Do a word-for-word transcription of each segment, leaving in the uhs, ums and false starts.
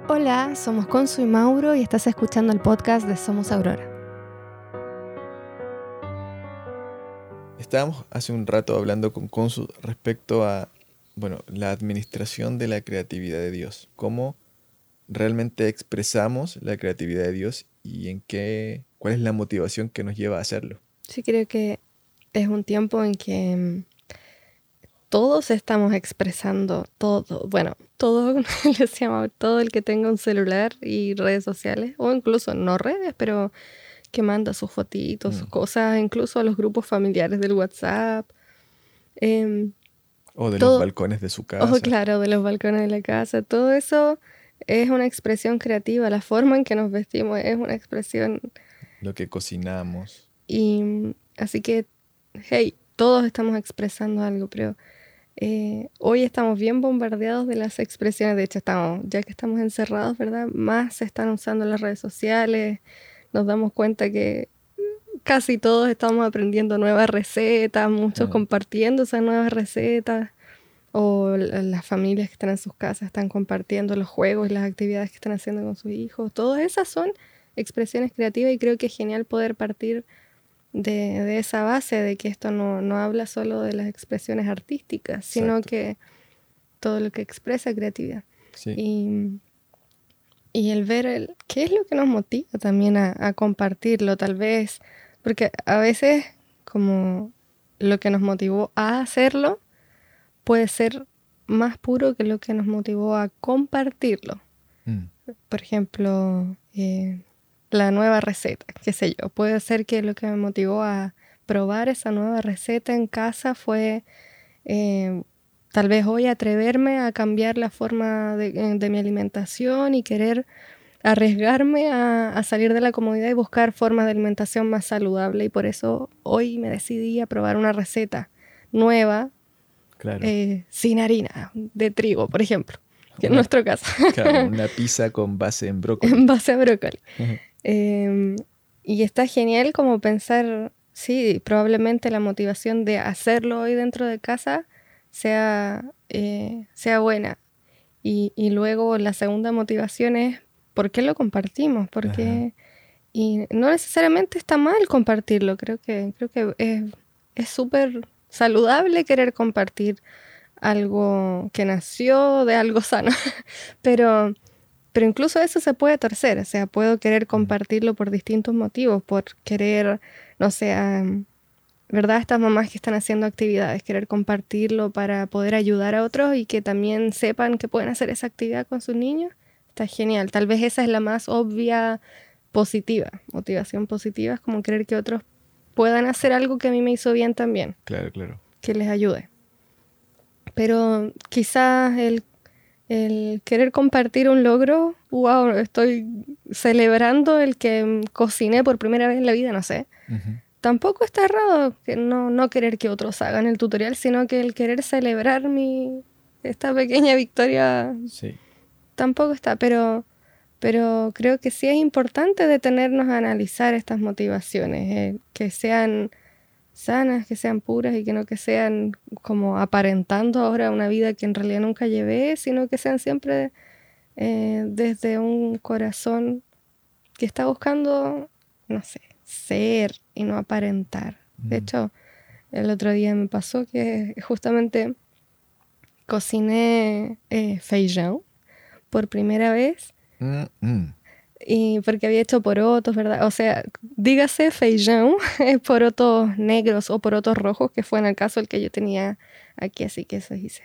Hola, somos Consu y Mauro y estás escuchando el podcast de Somos Aurora. Estábamos hace un rato hablando con Consu respecto a, bueno, la administración de la creatividad de Dios. Cómo realmente expresamos la creatividad de Dios y en qué, cuál es la motivación que nos lleva a hacerlo. Sí, creo que es un tiempo en que mm, todos estamos expresando todo, bueno, todo, les llamo, todo el que tenga un celular y redes sociales, o incluso no redes, pero que manda sus fotitos, sus Mm. cosas, incluso a los grupos familiares del WhatsApp. em, O de los todo, balcones de su oh, casa. claro, de los balcones de la casa, todo eso es una expresión creativa, la forma en que nos vestimos es una expresión. Lo que cocinamos. Y mm, así que, hey, todos estamos expresando algo, pero eh, hoy estamos bien bombardeados de las expresiones. De hecho, estamos, ya que estamos encerrados, ¿verdad? Más se están usando las redes sociales. Nos damos cuenta que casi todos estamos aprendiendo nuevas recetas, muchos Ah. compartiendo esas nuevas recetas. O la- las familias que están en sus casas están compartiendo los juegos y las actividades que están haciendo con sus hijos. Todas esas son expresiones creativas y creo que es genial poder partir de, de esa base de que esto no, no habla solo de las expresiones artísticas, sino Exacto. que todo lo que expresa creatividad. Sí. Y, y el ver el, qué es lo que nos motiva también a, a compartirlo, tal vez, porque a veces como lo que nos motivó a hacerlo puede ser más puro que lo que nos motivó a compartirlo. Mm. Por ejemplo, eh, la nueva receta, qué sé yo. Puede ser que lo que me motivó a probar esa nueva receta en casa fue eh, tal vez hoy atreverme a cambiar la forma de, eh, de mi alimentación y querer arriesgarme a, a salir de la comodidad y buscar formas de alimentación más saludable. Y por eso hoy me decidí a probar una receta nueva, Claro. eh, sin harina de trigo, por ejemplo, que en Una- nuestro caso, claro, una pizza con base en brócoli. en base a brócoli. Eh, y está genial como pensar, sí, probablemente la motivación de hacerlo hoy dentro de casa sea, eh, sea buena. Y, y luego la segunda motivación es, ¿por qué lo compartimos? Porque, y no necesariamente está mal compartirlo, creo que, creo que es es súper saludable querer compartir algo que nació de algo sano, pero... Pero incluso eso se puede torcer, o sea, puedo querer compartirlo por distintos motivos, por querer, no sé, um, ¿verdad? Estas mamás que están haciendo actividades, querer compartirlo para poder ayudar a otros y que también sepan que pueden hacer esa actividad con sus niños, está genial. Tal vez esa es la más obvia positiva, motivación positiva, es como querer que otros puedan hacer algo que a mí me hizo bien también, Claro, claro. que les ayude. Pero quizás el El querer compartir un logro, wow, estoy celebrando el que mm, cociné por primera vez en la vida, no sé. Ujú. Tampoco está errado que no, no querer que otros hagan el tutorial, sino que el querer celebrar mi esta pequeña victoria Sí. tampoco está. Pero, pero creo que sí es importante detenernos a analizar estas motivaciones, eh, que sean sanas, que sean puras y que no que sean como aparentando ahora una vida que en realidad nunca llevé, sino que sean siempre eh, desde un corazón que está buscando, no sé, ser y no aparentar. De Mm. hecho, el otro día me pasó que justamente cociné eh, feijão por primera vez. Mm, mm. Y porque había hecho porotos, ¿verdad? O sea, dígase feijão, porotos negros o porotos rojos, que fue en el caso el que yo tenía aquí, así que eso hice.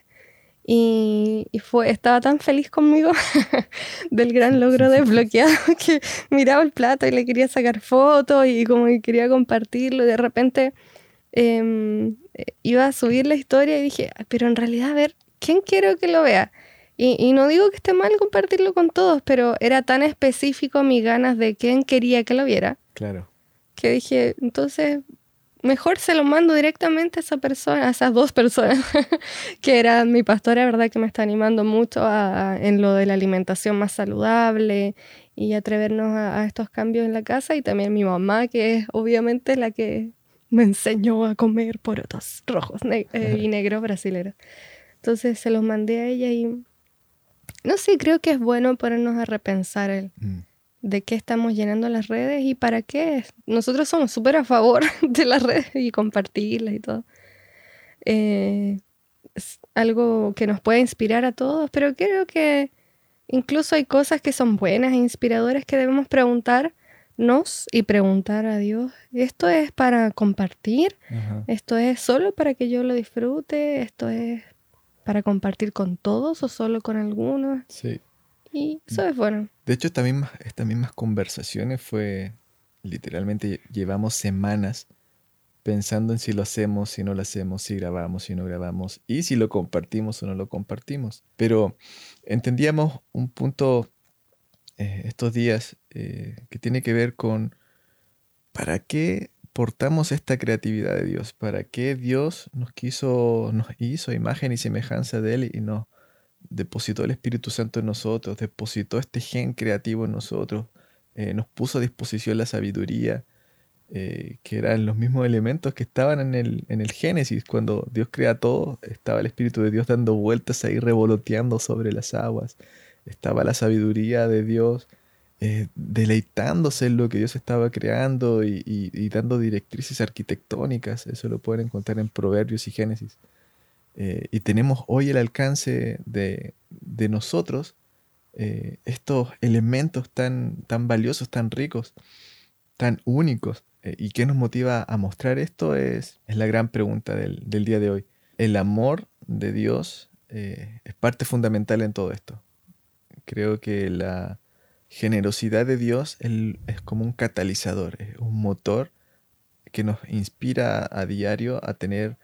Y, y fue, estaba tan feliz conmigo del gran logro desbloqueado que miraba el plato y le quería sacar fotos y como que quería compartirlo. Y de repente eh, iba a subir la historia y dije, pero en realidad, a ver, ¿quién quiero que lo vea? Y, y no digo que esté mal compartirlo con todos, pero era tan específico mis ganas de quién quería que lo viera, Claro. que dije, entonces, mejor se lo mando directamente a esa persona, a esas dos personas, que era mi pastora, ¿verdad? Que me está animando mucho a, a- en lo de la alimentación más saludable y atrevernos a, a estos cambios en la casa, y también mi mamá, que es obviamente la que me enseñó a comer porotos rojos ne- eh, y negros brasileños. Entonces se los mandé a ella y No sé, creo que es bueno ponernos a repensar el Mm. de qué estamos llenando las redes y para qué. Nosotros somos súper a favor de las redes y compartirlas y todo. Eh, es algo que nos puede inspirar a todos, pero creo que incluso hay cosas que son buenas e inspiradoras que debemos preguntarnos y preguntar a Dios. ¿Esto es para compartir? Ajá. ¿Esto es solo para que yo lo disfrute? ¿Esto es para compartir con todos o solo con algunos? Sí. Y eso es bueno. De hecho, esta misma- estas mismas conversaciones fue, literalmente llevamos semanas pensando en si lo hacemos, si no lo hacemos, si grabamos, si no grabamos, y si lo compartimos o no lo compartimos. Pero entendíamos un punto eh, estos días eh, que tiene que ver con ¿para qué portamos esta creatividad de Dios? ¿Para qué Dios nos quiso, nos hizo imagen y semejanza de Él y nos depositó el Espíritu Santo en nosotros, depositó este gen creativo en nosotros, eh, nos puso a disposición la sabiduría, eh, que eran los mismos elementos que estaban en el, en el Génesis? Cuando Dios crea todo, estaba el Espíritu de Dios dando vueltas ahí, revoloteando sobre las aguas, estaba la sabiduría de Dios, eh, deleitándose en lo que Dios estaba creando y, y- y dando directrices arquitectónicas. Eso lo pueden encontrar en Proverbios y Génesis. Eh, y tenemos hoy el alcance de, de nosotros eh, estos elementos tan, tan valiosos, tan ricos, tan únicos. Eh, ¿y qué nos motiva a mostrar esto? Es, es la gran pregunta del, del día de hoy. El amor de Dios eh, es parte fundamental en todo esto. Creo que la generosidad de Dios él, es como un catalizador, es un motor que nos inspira a diario a tener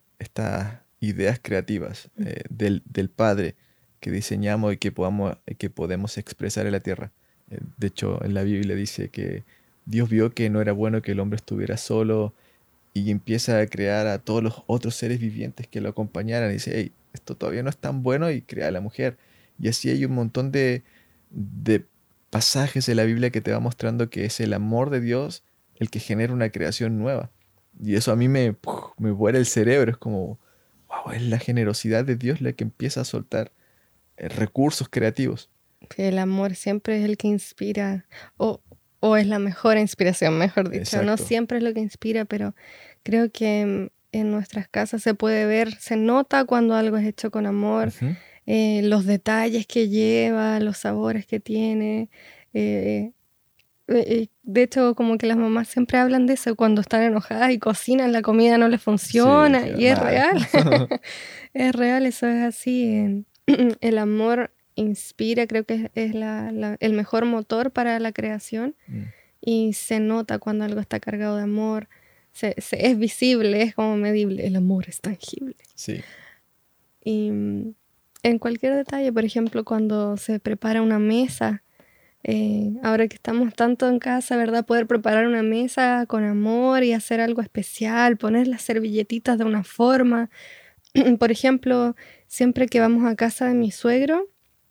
estas ideas creativas eh, del, del Padre que diseñamos y que, podamos, que podemos expresar en la tierra. Eh, de hecho, en la Biblia dice que Dios vio que no era bueno que el hombre estuviera solo y empieza a crear a todos los otros seres vivientes que lo acompañaran. Y dice, hey, esto todavía no es tan bueno y crea a la mujer. Y así hay un montón de, de pasajes de la Biblia que te va mostrando que es el amor de Dios el que genera una creación nueva. Y eso a mí me, ¡puf! Me vuela el cerebro. Es como, wow, es la generosidad de Dios la que empieza a soltar eh, recursos creativos. Que el amor siempre es el que inspira, o, o es la mejor inspiración, mejor dicho. No Exacto. siempre es lo que inspira, pero creo que en, en nuestras casas se puede ver, se nota cuando algo es hecho con amor, Ujú. eh, los detalles que lleva, los sabores que tiene. eh, eh, eh, de hecho, como que las mamás siempre hablan de eso, cuando están enojadas y cocinan, la comida no les Sí, funciona, queda y es mal. real. Es real, eso es así. en- El amor inspira, creo que es, es la- la- el mejor motor para la creación Mm, y se nota cuando algo está cargado de amor. Se, se- es visible, es como medible. El amor es tangible. sí. Y mm, en cualquier detalle, por ejemplo, cuando se prepara una mesa, eh, ahora que estamos tanto en casa, ¿verdad? Poder preparar una mesa con amor y hacer algo especial, poner las servilletitas de una forma. Por ejemplo, siempre que vamos a casa de mi suegro,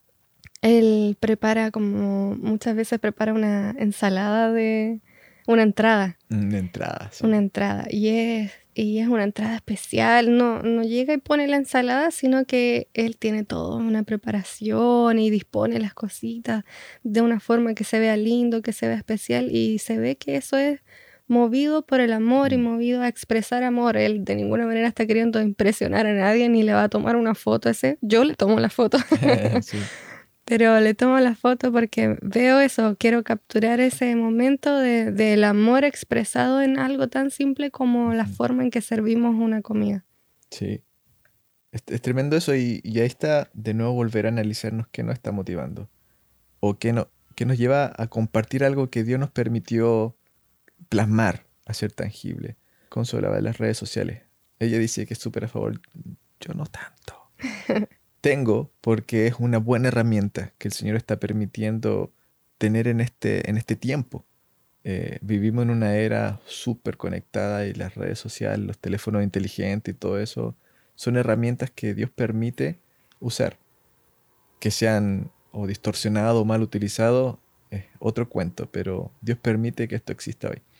él prepara como muchas veces prepara una ensalada de una entrada, Mm, De entrada, sí. una entrada y es y es una entrada especial, no no llega y pone la ensalada, sino que él tiene todo, una preparación y dispone las cositas de una forma que se vea lindo, que se vea especial y se ve que eso es movido por el amor y Mm. movido a expresar amor. Él de ninguna manera está queriendo impresionar a nadie ni le va a tomar una foto a ese. Yo le tomo la foto. Sí. Pero le tomo la foto porque veo eso, quiero capturar ese momento de, del amor expresado en algo tan simple como la Ujú. forma en que servimos una comida. Sí. Es, es tremendo eso y, y ahí está de nuevo volver a analizarnos qué nos está motivando o qué, no, qué nos lleva a compartir algo que Dios nos permitió plasmar, hacer tangible. Consolaba de las redes sociales. Ella dice que es súper a favor. Yo no tanto. Tengo porque es una buena herramienta que el Señor está permitiendo tener en este, en este tiempo. Eh, vivimos en una era súper conectada y las redes sociales, los teléfonos inteligentes y todo eso son herramientas que Dios permite usar. Que sean o distorsionados o mal utilizados es otro cuento, pero Dios permite que esto exista hoy.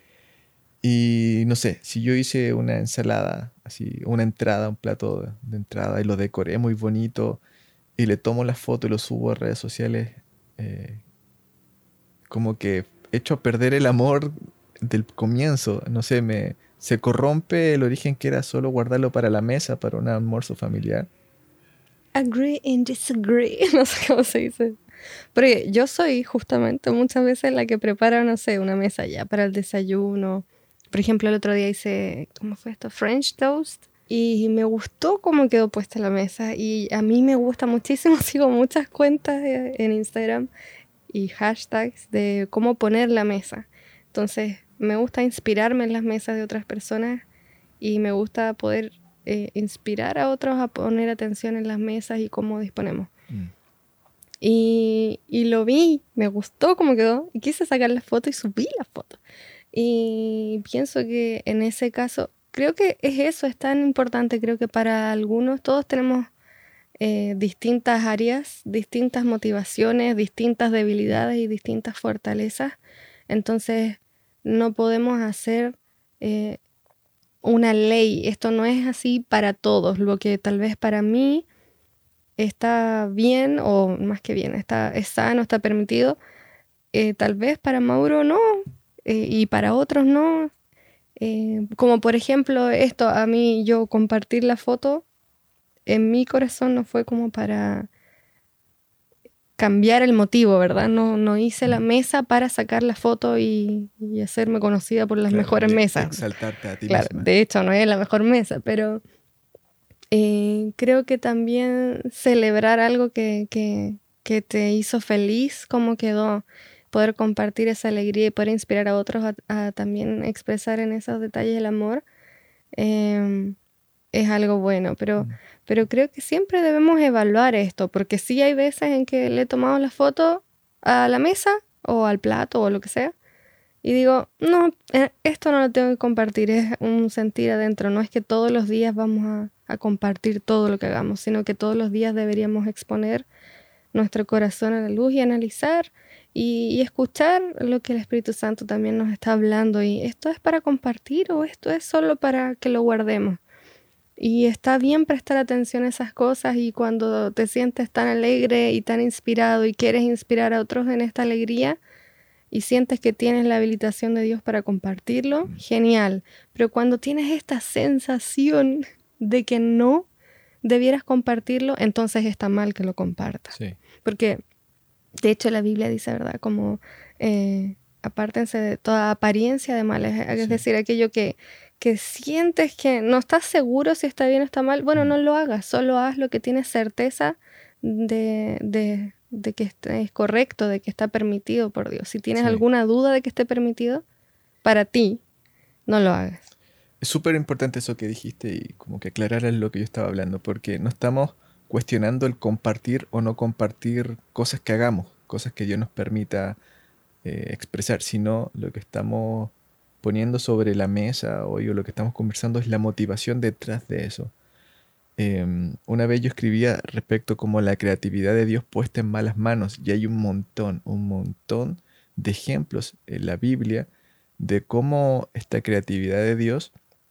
Y no sé, si yo hice una ensalada, así, una entrada, un plato de, de entrada y lo decoré muy bonito y le tomo la foto y lo subo a redes sociales, eh, como que echo a perder el amor del comienzo. No sé, me, se corrompe el origen que era solo guardarlo para la mesa, para un almuerzo familiar. Agree and disagree. No sé cómo se dice. Porque yo soy justamente muchas veces la que prepara, no sé, una mesa ya para el desayuno. Por ejemplo, el otro día hice, ¿cómo fue esto? French toast. Y me gustó cómo quedó puesta la mesa. Y a mí me gusta muchísimo, sigo muchas cuentas de- en Instagram y hashtags de cómo poner la mesa. Entonces, me gusta inspirarme en las mesas de otras personas y me gusta poder eh, inspirar a otros a poner atención en las mesas y cómo disponemos. Mm. Y, y lo vi, me gustó cómo quedó y quise sacar la foto y subí la foto. Y pienso que en ese caso, creo que es eso, es tan importante, creo que para algunos todos tenemos eh, distintas áreas, distintas motivaciones, distintas debilidades y distintas fortalezas. Entonces, no podemos hacer eh, una ley. Esto no es así para todos. Lo que tal vez para mí está bien, o más que bien, está, es sano, está permitido, eh, tal vez para Mauro no, eh, y para otros no. Eh, como por ejemplo esto, a mí yo compartir la foto, en mi corazón no fue como para cambiar el motivo, ¿verdad? No, no hice la mesa para sacar la foto y, y hacerme conocida por las Claro, mejores y mesas. exaltarte a ti Claro, misma. de hecho no es la mejor mesa, pero eh, creo que también celebrar algo que, que, que te hizo feliz, cómo quedó, poder compartir esa alegría y poder inspirar a otros a, a también expresar en esos detalles el amor, eh, es algo bueno, pero, Mm. pero creo que siempre debemos evaluar esto, porque sí hay veces en que le he tomado la foto a la mesa o al plato o lo que sea, y digo, no, eh, esto no lo tengo que compartir, es un sentir adentro, no es que todos los días vamos a, a compartir todo lo que hagamos, sino que todos los días deberíamos exponer nuestro corazón a la luz y analizar y, y escuchar lo que el Espíritu Santo también nos está hablando, y esto es para compartir o esto es solo para que lo guardemos. Y está bien prestar atención a esas cosas, y cuando te sientes tan alegre y tan inspirado y quieres inspirar a otros en esta alegría y sientes que tienes la habilitación de Dios para compartirlo, genial. Pero cuando tienes esta sensación de que no debieras compartirlo, entonces está mal que lo compartas. Sí. Porque de hecho la Biblia dice, ¿verdad? Como eh, apártense de toda apariencia de mal. Es, es Sí. decir, aquello que, que sientes que no estás seguro si está bien o está mal, bueno, Mm. no lo hagas, solo haz lo que tienes certeza de, de, de que est- es correcto, de que está permitido por Dios. Si tienes Sí. alguna duda de que esté permitido, para ti, no lo hagas. Es súper importante eso que dijiste y como que aclararas lo que yo estaba hablando, porque no estamos cuestionando el compartir o no compartir cosas que hagamos, cosas que Dios nos permita eh, expresar, sino lo que estamos poniendo sobre la mesa hoy o lo que estamos conversando es la motivación detrás de eso. Eh, una vez yo escribía respecto como la creatividad de Dios puesta en malas manos, y hay un montón, un montón de ejemplos en la Biblia de cómo esta creatividad de Dios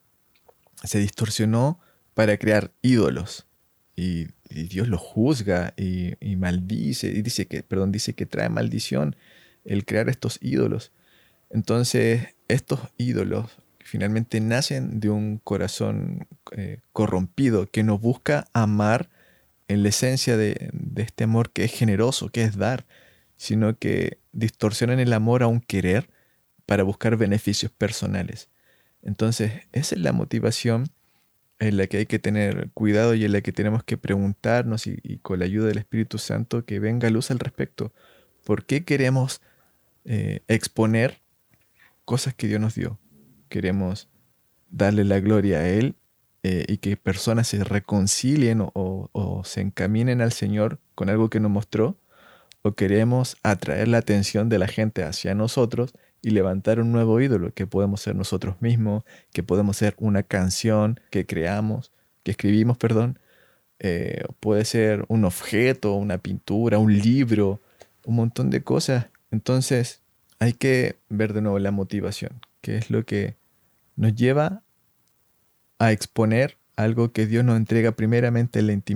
se distorsionó para crear ídolos. Y, y Dios los juzga y, y maldice, y dice que, perdón, dice que trae maldición el crear estos ídolos. Entonces, estos ídolos finalmente nacen de un corazón eh, corrompido que no busca amar en la esencia de, de este amor que es generoso, que es dar, sino que distorsionan el amor a un querer para buscar beneficios personales. Entonces, esa es la motivación en la que hay que tener cuidado y en la que tenemos que preguntarnos y, y con la ayuda del Espíritu Santo que venga luz al respecto. ¿Por qué queremos eh, exponer cosas que Dios nos dio? Queremos darle la gloria a Él eh, y que personas se reconcilien o, o- o se encaminen al Señor con algo que nos mostró, o queremos atraer la atención de la gente hacia nosotros y levantar un nuevo ídolo que podemos ser nosotros mismos, que podemos ser una canción que creamos, que escribimos, perdón, eh, puede ser un objeto, una pintura, un libro, un montón de cosas. Entonces hay que ver de nuevo la motivación, que es lo que nos lleva a exponer algo que Dios nos entrega primeramente en la intimidad.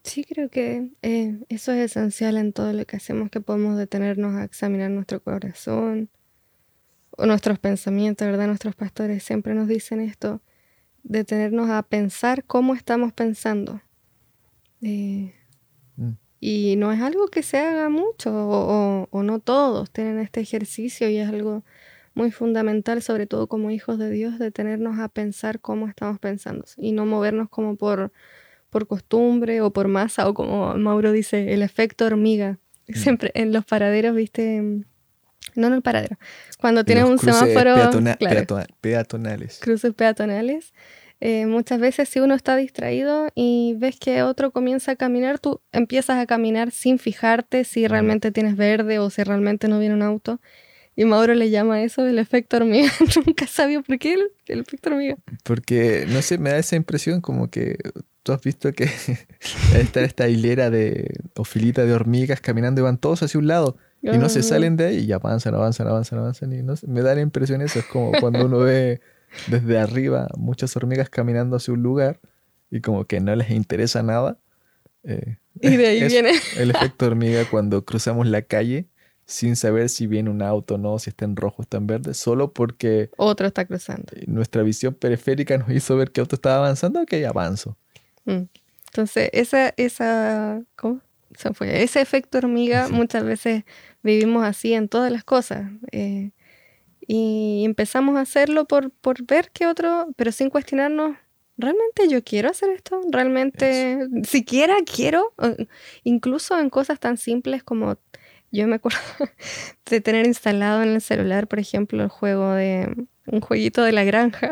Sí, creo que eh, eso es esencial en todo lo que hacemos, que podemos detenernos a examinar nuestro corazón o nuestros pensamientos, ¿verdad? Nuestros pastores siempre nos dicen esto, detenernos a pensar cómo estamos pensando. Eh, Mm. y no es algo que se haga mucho o, o- o no todos tienen este ejercicio y es algo muy fundamental, sobre todo como hijos de Dios, detenernos a pensar cómo estamos pensando y no movernos como por por costumbre o por masa, o como Mauro dice, el efecto hormiga. Mm. Siempre en los paraderos, viste, mm, no en el paradero, cuando En tienes los un cruces semáforo, peatona- claro, peatona- peatonales. cruces peatonales, eh, muchas veces si uno está distraído y ves que otro comienza a caminar, tú empiezas a caminar sin fijarte si Mm. realmente tienes verde o si realmente no viene un auto. Y Mauro le llama a eso el efecto hormiga. Nunca sabía por qué el, el efecto hormiga. Porque, no sé, me da esa impresión como que tú has visto que está esta hilera de, o filita de hormigas caminando y van todos hacia un lado y no se Ah, salen de ahí y avanzan, avanzan, avanzan, avanzan y no sé, me da la impresión eso, es como cuando uno ve desde arriba muchas hormigas caminando hacia un lugar y como que no les interesa nada. eh, y de ahí Eso, viene. el efecto hormiga cuando cruzamos la calle sin saber si viene un auto o no, si está en rojo o está en verde, solo porque Otro está cruzando. nuestra visión periférica nos hizo ver que el auto estaba avanzando, ok, avanzo. Mm. Entonces, esa, esa, ¿cómo se fue? Ese efecto hormiga muchas veces vivimos así en todas las cosas. eh, y empezamos a hacerlo por, por ver que otro, pero sin cuestionarnos, ¿realmente yo quiero hacer esto? Eso. ¿Realmente siquiera quiero? O incluso en cosas tan simples como yo me acuerdo de tener instalado en el celular, por ejemplo, el juego de un jueguito de la granja.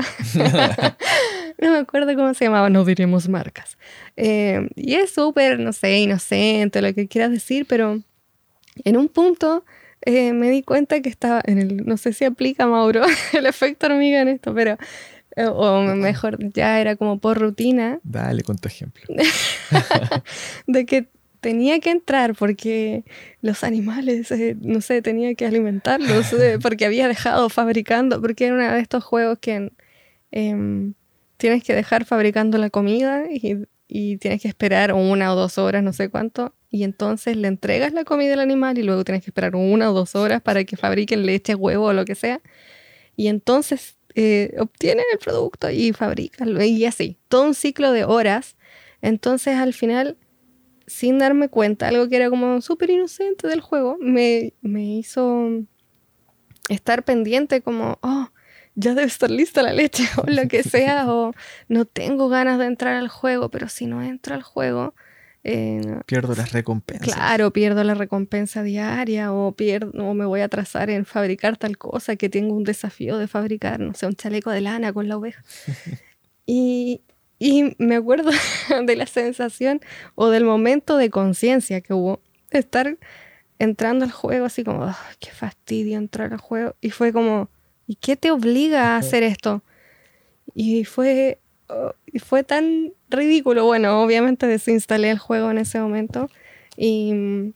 No me acuerdo cómo se llamaba, no diremos marcas. Eh, y es súper, no sé, inocente, lo que quieras decir, pero en un punto eh, me di cuenta que estaba en el, no sé si aplica Mauro el efecto hormiga en esto, pero, eh, o mejor, ya era como por rutina, Dale con tu ejemplo. de que tenía que entrar porque los animales, eh, no sé, tenía que alimentarlos, eh, porque había dejado fabricando, porque era uno de estos juegos que em, tienes que dejar fabricando la comida y, y tienes que esperar una o dos horas, no sé cuánto, y entonces le entregas la comida al animal y luego tienes que esperar una o dos horas para que fabriquen leche, huevo o lo que sea, y entonces eh, obtienen el producto y fabrican, y así, todo un ciclo de horas. Entonces al final, sin darme cuenta, algo que era como súper inocente del juego, me, me hizo estar pendiente como, oh, ya debe estar lista la leche o lo que sea, o no tengo ganas de entrar al juego, pero si no entro al juego, eh, Pierdo las recompensas. claro, pierdo la recompensa diaria o, pierdo, o me voy a atrasar en fabricar tal cosa que tengo un desafío de fabricar, no sé, un chaleco de lana con la oveja. Y, y me acuerdo de la sensación o del momento de conciencia que hubo de estar entrando al juego así como, "Ah, qué fastidio entrar al juego". Y fue como, ¿y qué te obliga a hacer esto? Y fue, oh, y fue tan ridículo. Bueno, obviamente desinstalé el juego en ese momento y,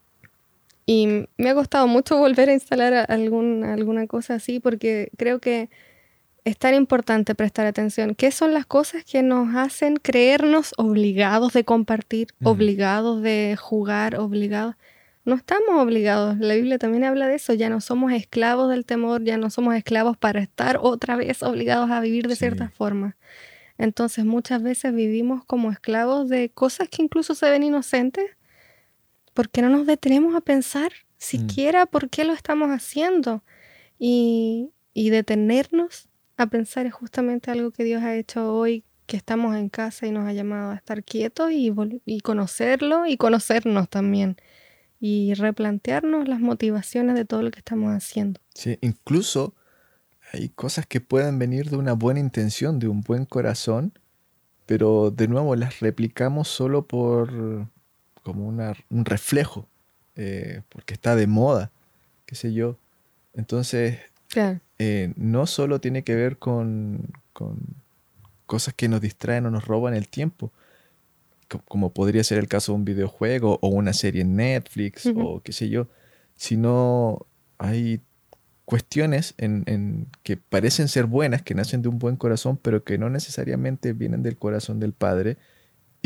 y me ha costado mucho volver a instalar a- algún, alguna cosa así porque creo que es tan importante prestar atención. ¿Qué son las cosas que nos hacen creernos obligados de compartir, Mm. obligados de jugar, obligados? No estamos obligados. La Biblia también habla de eso. Ya no somos esclavos del temor, ya no somos esclavos para estar otra vez obligados a vivir de cierta Sí. forma. Entonces muchas veces vivimos como esclavos de cosas que incluso se ven inocentes porque no nos detenemos a pensar Mm. siquiera por qué lo estamos haciendo. Y, y detenernos a pensar es justamente algo que Dios ha hecho hoy, que estamos en casa y nos ha llamado a estar quietos y, vol- y conocerlo y conocernos también y replantearnos las motivaciones de todo lo que estamos haciendo. Sí, incluso hay cosas que pueden venir de una buena intención, de un buen corazón, pero de nuevo las replicamos solo por como una- un reflejo, eh, porque está de moda, qué sé yo. Entonces, Claro. eh, no solo tiene que ver con, con cosas que nos distraen o nos roban el tiempo, co- como podría ser el caso de un videojuego o una serie en Netflix Ujú. o qué sé yo, sino hay cuestiones en, en que parecen ser buenas, que nacen de un buen corazón, pero que no necesariamente vienen del corazón del Padre y que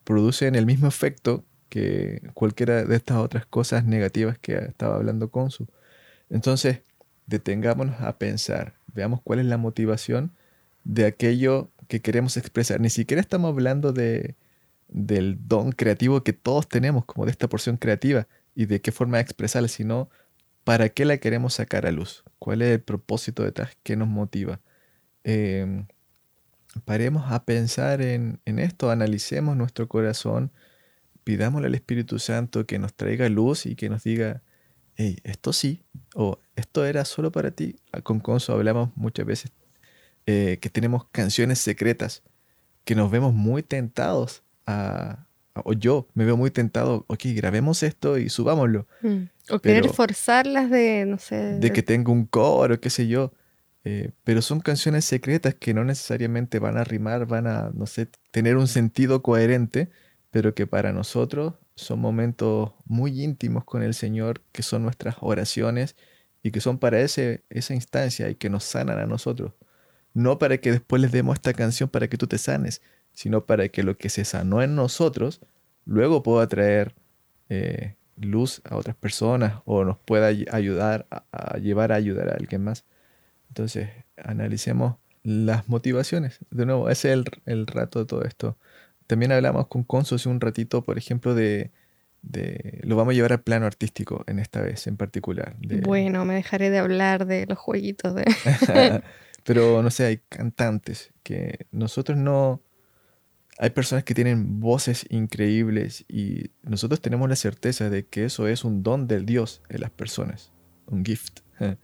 producen el mismo efecto que cualquiera de estas otras cosas negativas que estaba hablando Consu. Entonces, detengámonos a pensar, veamos cuál es la motivación de aquello que queremos expresar. Ni siquiera estamos hablando de, del don creativo que todos tenemos, como de esta porción creativa, y de qué forma expresarla, sino para qué la queremos sacar a luz. ¿Cuál es el propósito detrás? ¿Qué nos motiva? Eh, paremos a pensar en, en esto, analicemos nuestro corazón, pidámosle al Espíritu Santo que nos traiga luz y que nos diga, hey, esto sí, o esto era solo para ti. Con Conso hablamos muchas veces eh, que tenemos canciones secretas, que nos vemos muy tentados a, a- o yo me veo muy tentado, ok, grabemos esto y subámoslo, Mm. O querer pero forzarlas de, no sé, de de- que tenga un coro, qué sé yo, eh, pero son canciones secretas que no necesariamente van a rimar, van a, no sé, tener un sentido coherente, pero que para nosotros son momentos muy íntimos con el Señor, que son nuestras oraciones y que son para ese, esa instancia y que nos sanan a nosotros. No para que después les demos esta canción para que tú te sanes, sino para que lo que se sanó en nosotros luego pueda traer eh, luz a otras personas o nos pueda ay- ayudar a, a llevar a ayudar a alguien más. Entonces, analicemos las motivaciones. De nuevo, ese es el, el rato de todo esto. También hablamos con Conso hace un ratito, por ejemplo, de, de... Lo vamos a llevar al plano artístico en esta vez en particular. De, bueno, me dejaré de hablar de los jueguitos de... pero, no sé, hay cantantes que nosotros no... Hay personas que tienen voces increíbles y nosotros tenemos la certeza de que eso es un don del Dios en las personas, un gift.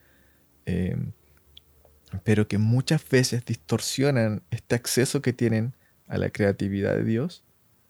Em, pero que muchas veces distorsionan este acceso que tienen a la creatividad de Dios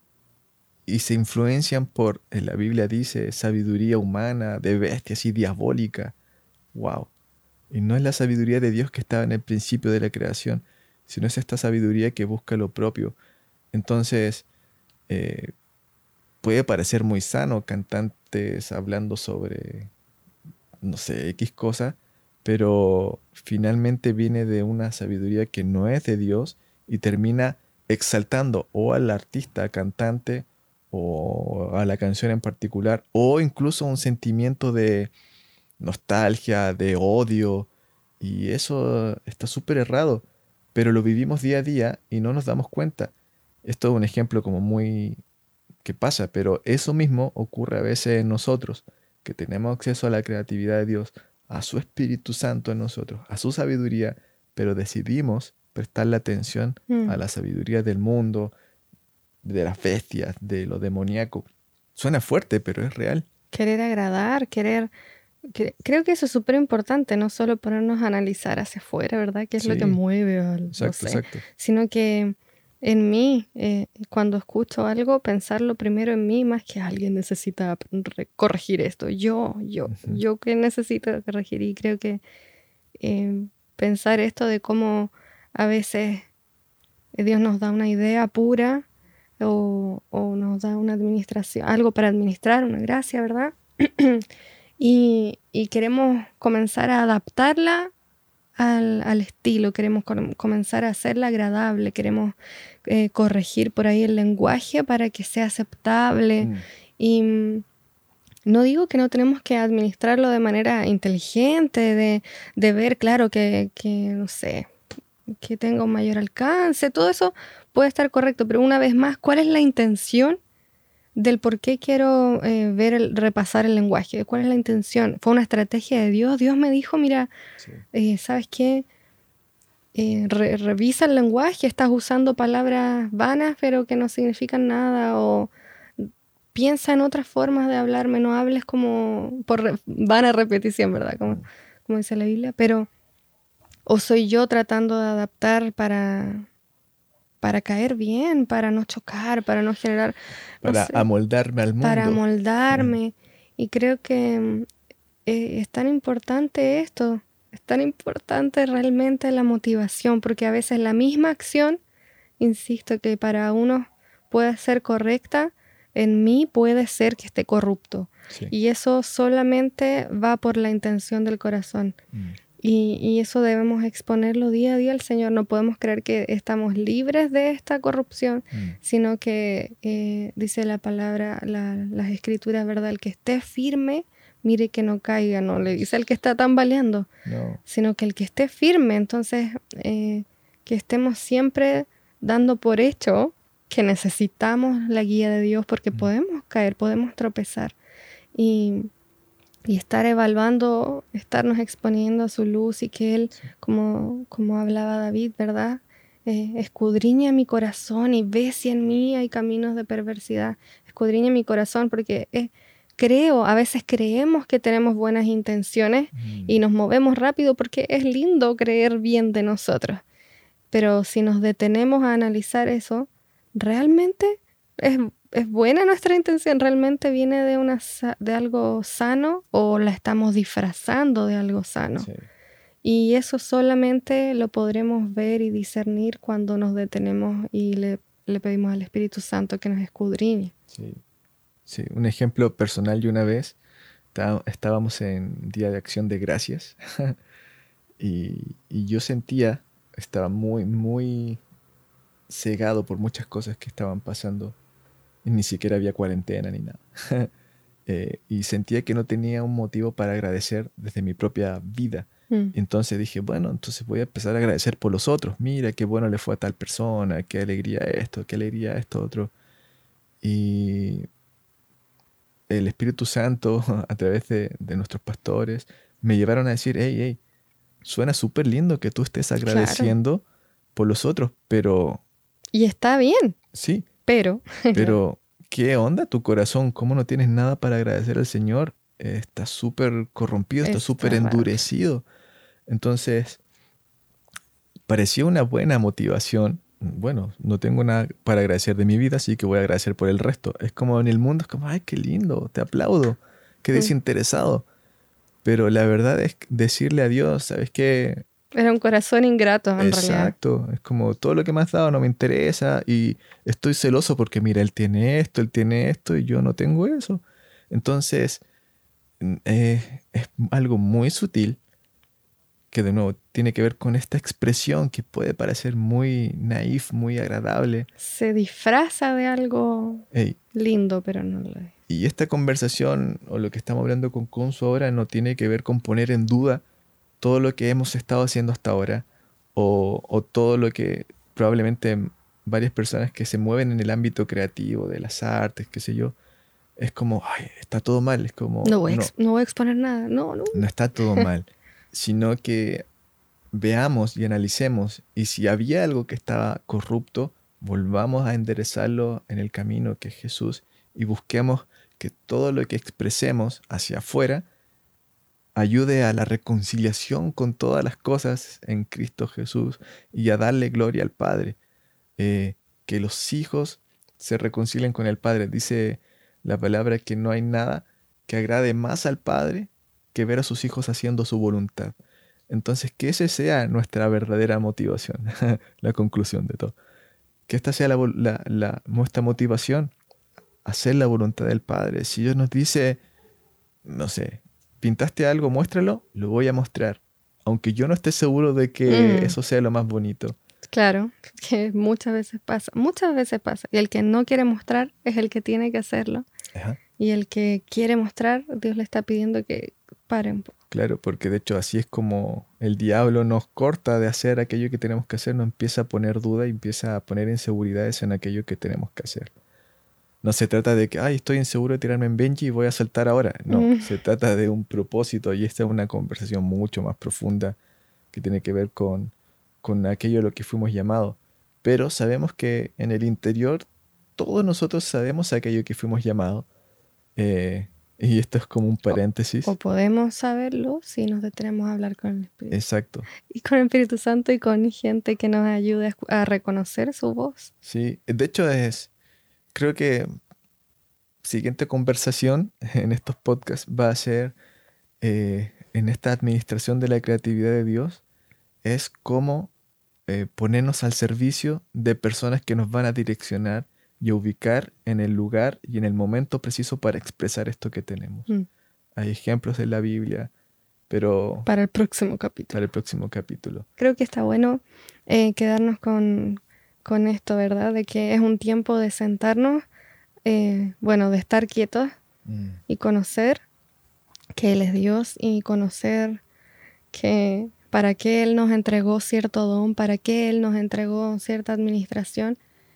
y se influencian por, en la Biblia dice, sabiduría humana, de bestias y diabólica. ¡Wow! Y no es la sabiduría de Dios que estaba en el principio de la creación, sino es esta sabiduría que busca lo propio. Entonces, eh, puede parecer muy sano cantantes hablando sobre, no sé, X cosa, pero finalmente viene de una sabiduría que no es de Dios y termina exaltando o al artista, cantante, o a la canción en particular, o incluso un sentimiento de nostalgia, de odio, y eso está súper errado, pero lo vivimos día a día y no nos damos cuenta. Esto es un ejemplo como muy que pasa, pero eso mismo ocurre a veces en nosotros, que tenemos acceso a la creatividad de Dios, a su Espíritu Santo en nosotros, a su sabiduría, pero decidimos prestarle atención a Mm. la sabiduría del mundo, de las bestias, de lo demoníaco. Suena fuerte, pero es real. Querer agradar, querer... cre- Creo que eso es súper importante, no solo ponernos a analizar hacia afuera, ¿verdad? ¿Qué es lo que Sí, mueve? O el- no exacto, sé. exacto. Sino que en mí, eh, cuando escucho algo, pensarlo primero en mí más que alguien necesita re- corregir esto. Yo, yo, Ujú. yo que necesito corregir. Y creo que eh, pensar esto de cómo a veces Dios nos da una idea pura o, o nos da una administración, algo para administrar, una gracia, ¿verdad? Y, y queremos comenzar a adaptarla al, al estilo, queremos com- comenzar a hacerla agradable, queremos eh, corregir por ahí el lenguaje para que sea aceptable. Mm, Y mm, no digo que no tenemos que administrarlo de manera inteligente, de, de ver, claro, que, que, no sé, que tenga un mayor alcance, todo eso puede estar correcto, pero una vez más, ¿cuál es la intención del por qué quiero eh, ver el, repasar el lenguaje? ¿Cuál es la intención? ¿Fue una estrategia de Dios? Dios me dijo, mira, sí. eh, ¿sabes qué? Eh, re- revisa el lenguaje, estás usando palabras vanas pero que no significan nada, o piensa en otras formas de hablarme, no hables como por re- vana repetición, ¿verdad? Como, Mm. como dice la Biblia, pero o soy yo tratando de adaptar para, para caer bien, para no chocar, para no generar, no Para sé, amoldarme al para mundo. moldarme. Y creo que mm, eh, es tan importante esto, es tan importante realmente la motivación, porque a veces la misma acción, insisto, que para unos puede ser correcta, en mí puede ser que esté corrupto. Sí. Y eso solamente va por la intención del corazón. Mm. Y, y eso debemos exponerlo día a día al Señor. No podemos creer que estamos libres de esta corrupción, Mm. sino que eh, dice la palabra, la, las escrituras, ¿verdad? El que esté firme, mire que no caiga, no le dice el que está tambaleando, No. sino que el que esté firme. Entonces, eh, que estemos siempre dando por hecho que necesitamos la guía de Dios, porque Mm. podemos caer, podemos tropezar. Y, y estar evaluando, estarnos exponiendo a su luz, y que Él, Sí. como, como hablaba David, ¿verdad? Eh, escudriña mi corazón y ve si en mí hay caminos de perversidad. Escudriña mi corazón, porque eh, creo, a veces creemos que tenemos buenas intenciones Mm. y nos movemos rápido porque es lindo creer bien de nosotros. Pero si nos detenemos a analizar eso, ¿realmente es, es buena nuestra intención? ¿Realmente viene de, una, sa- de algo sano, o la estamos disfrazando de algo sano? Sí. Y eso solamente lo podremos ver y discernir cuando nos detenemos y le, le pedimos al Espíritu Santo que nos escudriñe. Sí. Sí. Un ejemplo personal, yo una vez tá- estábamos en Día de Acción de Gracias y, y yo sentía, estaba muy, muy cegado por muchas cosas que estaban pasando y ni siquiera había cuarentena ni nada. Eh, y sentía que no tenía un motivo para agradecer desde mi propia vida. Mm. Entonces dije, bueno, entonces voy a empezar a agradecer por los otros. Mira qué bueno le fue a tal persona, qué alegría esto, qué alegría esto otro. Y el Espíritu Santo, a través de, de nuestros pastores, me llevaron a decir, hey, hey, suena súper lindo que tú estés Claro. agradeciendo por los otros, pero Y está bien, sí, pero... pero ¿qué onda tu corazón? ¿Cómo no tienes nada para agradecer al Señor? Eh, está súper corrompido, está súper Está mal. endurecido. Entonces, parecía una buena motivación. Bueno, no tengo nada para agradecer de mi vida, así que voy a agradecer por el resto. Es como en el mundo, es como, ay, qué lindo, te aplaudo, qué Mm. desinteresado. Pero la verdad es decirle a Dios, ¿sabes qué? Era un corazón ingrato, en realidad. Exacto, es como todo lo que me has dado no me interesa y estoy celoso porque mira, él tiene esto, él tiene esto y yo no tengo eso. Entonces, mm, eh, es algo muy sutil que de nuevo tiene que ver con esta expresión que puede parecer muy naif, muy agradable. Se disfraza de algo Ey, lindo, pero no lo es. y esta conversación o lo que estamos hablando con Consu ahora no tiene que ver con poner en duda todo lo que hemos estado haciendo hasta ahora o, o todo lo que probablemente varias personas que se mueven en el ámbito creativo, de las artes, qué sé yo, es como, ay, está todo mal, es como, No voy, a no, ex- no voy a exponer nada. No, no. no está todo mal, sino que veamos y analicemos y si había algo que estaba corrupto, volvamos a enderezarlo en el camino que es Jesús y busquemos que todo lo que expresemos hacia afuera ayude a la reconciliación con todas las cosas en Cristo Jesús y a darle gloria al Padre. Eh, que los hijos se reconcilien con el Padre. Dice la palabra que no hay nada que agrade más al Padre que ver a sus hijos haciendo su voluntad. Entonces, que esa sea nuestra verdadera motivación, la conclusión de todo. Que esta sea la, vol- la- la- nuestra motivación, hacer la voluntad del Padre. Si Dios nos dice, no sé, pintaste algo, muéstralo, lo voy a mostrar. Aunque yo no esté seguro de que Mm, eso sea lo más bonito. claro, que muchas veces pasa. Muchas veces pasa. Y el que no quiere mostrar es el que tiene que hacerlo. Ajá. Y el que quiere mostrar, Dios le está pidiendo que pare un poco. Claro, porque de hecho así es como el diablo nos corta de hacer aquello que tenemos que hacer, nos empieza a poner duda y empieza a poner inseguridades en aquello que tenemos que hacer. No se trata de que, ay, estoy inseguro de tirarme en Benji y voy a saltar ahora. No, Mm. se trata de un propósito y esta es una conversación mucho más profunda que tiene que ver con, con aquello a lo que fuimos llamados. Pero sabemos que en el interior todos nosotros sabemos aquello que fuimos llamados. Eh, y esto es como un paréntesis. O podemos saberlo si nos detenemos a hablar con el Espíritu. Exacto. Y con el Espíritu Santo y con gente que nos ayude a, escu- a reconocer su voz. Sí, de hecho es, creo que siguiente conversación en estos podcasts va a ser eh, en esta administración de la creatividad de Dios, es cómo eh, ponernos al servicio de personas que nos van a direccionar y a ubicar en el lugar y en el momento preciso para expresar esto que tenemos. Mm. Hay ejemplos en la Biblia pero Para el próximo capítulo. para el próximo capítulo. Creo que está bueno eh, quedarnos con, con esto, ¿verdad? De que es un tiempo de sentarnos, eh, bueno, de estar quietos Mm. y conocer que Él es Dios y conocer que para qué Él nos entregó cierto don, para qué Él nos entregó cierta administración,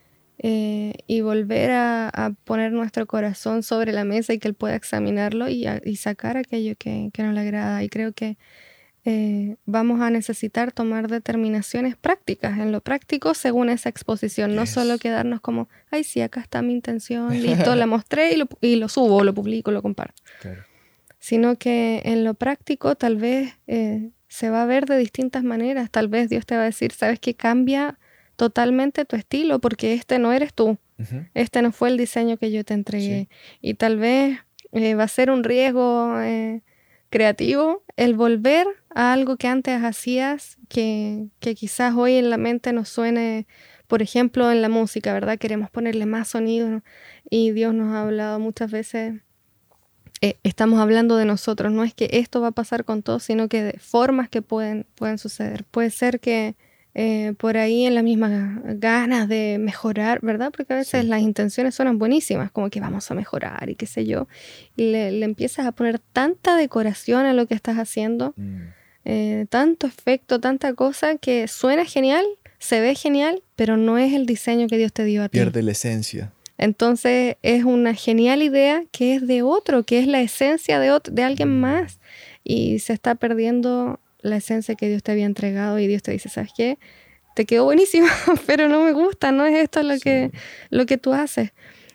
eh, y volver a, a poner nuestro corazón sobre la mesa y que Él pueda examinarlo y, a- y sacar aquello que, que no le agrada. Y creo que eh, vamos a necesitar tomar determinaciones prácticas, en lo práctico según esa exposición, no Yes. solo quedarnos como, ay, sí, acá está mi intención, listo, la mostré y lo, y lo subo, lo publico, lo comparto. Claro. Sino que en lo práctico tal vez eh, se va a ver de distintas maneras. Tal vez Dios te va a decir, sabes que cambia totalmente tu estilo porque este no eres tú, Ujú. este no fue el diseño que yo te entregué. Y tal vez eh, va a ser un riesgo eh, creativo el volver a algo que antes hacías, que, que quizás hoy en la mente nos suene, por ejemplo, en la música, ¿verdad? Queremos ponerle más sonido, ¿no? Y Dios nos ha hablado muchas veces. Eh, estamos hablando de nosotros, no es que esto va a pasar con todos, sino que de formas que pueden, pueden suceder. Puede ser que eh, por ahí en las mismas ganas de mejorar, ¿verdad? Porque a veces Sí. las intenciones suenan buenísimas, como que vamos a mejorar y qué sé yo, y le, le empiezas a poner tanta decoración a lo que estás haciendo, Mm. eh, tanto efecto, tanta cosa que suena genial, se ve genial, pero no es el diseño que Dios te dio a ti. Pierde la esencia. Entonces es una genial idea que es de otro, que es la esencia de, otro, de alguien más. Y se está perdiendo la esencia que Dios te había entregado y Dios te dice, ¿sabes qué? Te quedó buenísimo, pero no me gusta, no es esto lo, Sí. que, lo que tú haces.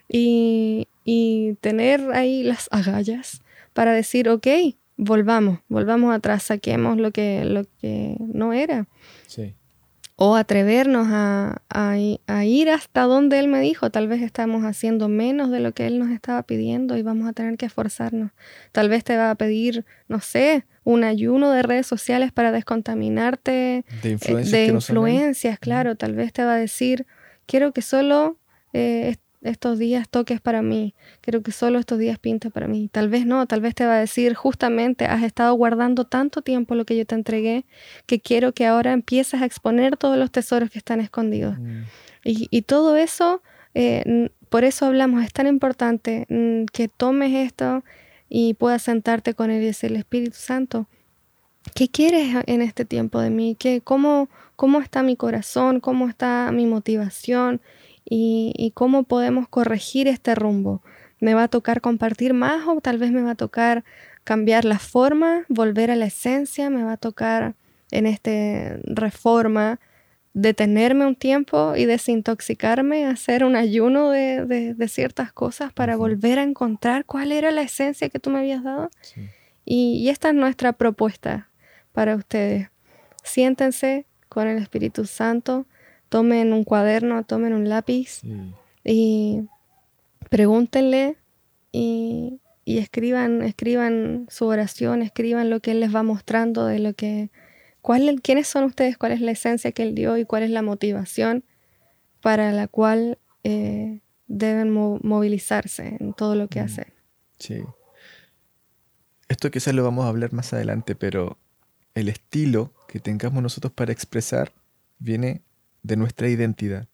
Y, y tener ahí las agallas para decir, ok, volvamos, volvamos atrás, saquemos lo que, lo que no era. Sí. O atrevernos a, a, a ir hasta donde Él me dijo. Tal vez estamos haciendo menos de lo que Él nos estaba pidiendo y vamos a tener que esforzarnos. Tal vez te va a pedir, no sé, un ayuno de redes sociales para descontaminarte De eh, influencias de que no son Él. influencias, claro. Tal vez te va a decir, quiero que solo eh, est- estos días toques para mí. Quiero que solo estos días pintes para mí. Tal vez no, tal vez te va a decir, justamente has estado guardando tanto tiempo lo que yo te entregué, que quiero que ahora empieces a exponer todos los tesoros que están escondidos. Mm. Y, y todo eso, eh, n- por eso hablamos, es tan importante mm, que tomes esto y puedas sentarte con Él y decirle, Espíritu Santo, ¿qué quieres en este tiempo de mí? ¿Qué, cómo, ¿Cómo está mi corazón? ¿Cómo está mi motivación? Y, y cómo podemos corregir este rumbo. ¿Me va a tocar compartir más o tal vez me va a tocar cambiar la forma, volver a la esencia? ¿Me va a tocar en esta reforma detenerme un tiempo y desintoxicarme, hacer un ayuno de, de- de ciertas cosas para Ujú. volver a encontrar cuál era la esencia que tú me habías dado? Sí. Y, y esta es nuestra propuesta para ustedes. Siéntense con el Espíritu Santo, tomen un cuaderno, tomen un lápiz Sí. y pregúntenle y, y escriban, escriban su oración, escriban lo que Él les va mostrando de lo que, cuál, quiénes son ustedes, cuál es la esencia que Él dio y cuál es la motivación para la cual eh, deben mo- movilizarse en todo lo que Mm. hacen. Sí. Esto quizás lo vamos a hablar más adelante, pero el estilo que tengamos nosotros para expresar viene de nuestra identidad.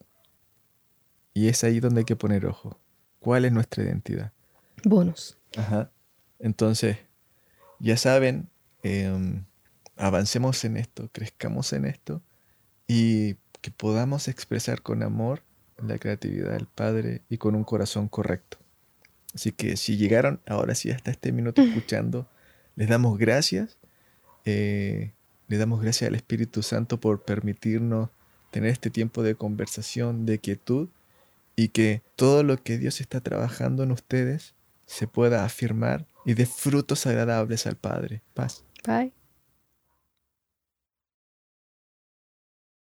Y es ahí donde hay que poner ojo. ¿Cuál es nuestra identidad? Bonus. Ajá. Entonces, ya saben, em, avancemos en esto, crezcamos en esto y que podamos expresar con amor la creatividad del Padre y con un corazón correcto. Así que si llegaron ahora sí hasta este minuto escuchando, les damos gracias. Eh, le damos gracias al Espíritu Santo por permitirnos tener este tiempo de conversación, de quietud, y que todo lo que Dios está trabajando en ustedes se pueda afirmar y dé frutos agradables al Padre. Paz. Bye.